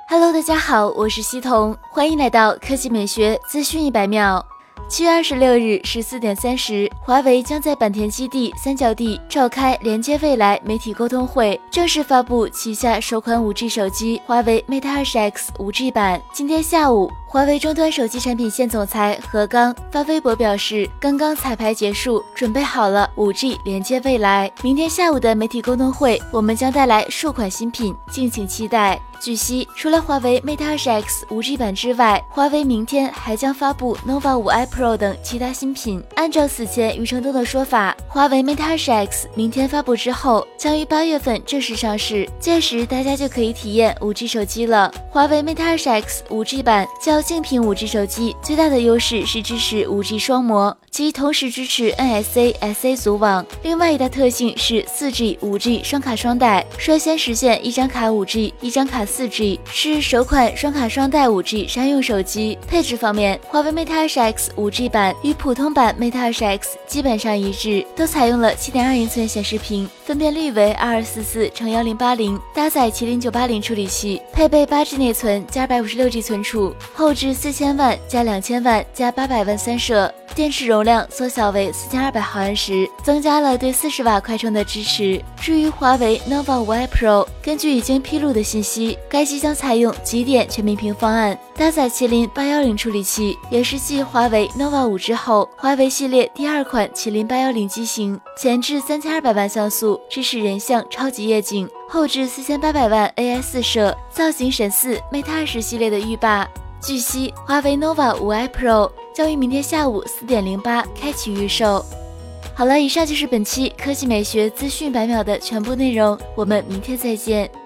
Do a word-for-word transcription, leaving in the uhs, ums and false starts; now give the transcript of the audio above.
Hello， 大家好，我是西彤，欢迎来到科技美学资讯一百秒。七月二十六日十四点三十，华为将在坂田基地三角地召开连接未来媒体沟通会，正式发布旗下首款 五 G 手机华为 Mate 二十 X 五 G 版。今天下午，华为终端手机产品线总裁何刚发微博表示，刚刚彩排结束，准备好了 五 G 连接未来。明天下午的媒体沟通会，我们将带来数款新品，敬请期待。据悉，除了华为 Mate 二十 X 五 G 版之外，华为明天还将发布 nova 五 i Pro 等其他新品。按照此前余承东的说法，华为 Mate 二十 X 明天发布之后，将于八月份正式上市，届时大家就可以体验 五 G 手机了。华为 Mate 二十 X 五 G 版较竞品 五 G 手机最大的优势是支持 五 G 双模，其同时支持 N S A、S A 组网。另外一大特性是 四 G、五 G 双卡双待，率先实现一张卡 五 G， 一张卡四 G， 是首款双卡双待 五 G 商用手机。配置方面，华为 Mate 二十 X 五 G 版与普通版 Mate 二十 X 基本上一致，都采用了 七点二英寸显示屏，分辨率为二二四四乘一零八零，搭载麒麟九八零处理器，配备 八 G 内存加 二百五十六 G 存储，后置四千万加两千万加八百万三摄。电池容量缩小为四千二百毫安时，增加了对四十瓦快充的支持。至于华为 nova 五 i Pro， 根据已经披露的信息，该机将采用极点全面屏方案，搭载麒麟八一零处理器，也是继华为 nova 五之后，华为系列第二款麒麟八一零机型。前置三千二百万像素，支持人像超级夜景，后置四千八百万 A I 四摄，造型神似 Mate 二十系列的浴霸。据悉，华为 nova 五 i Pro 将于明天下午四点零八开启预售。好了，以上就是本期科技美学资讯百秒的全部内容，我们明天再见。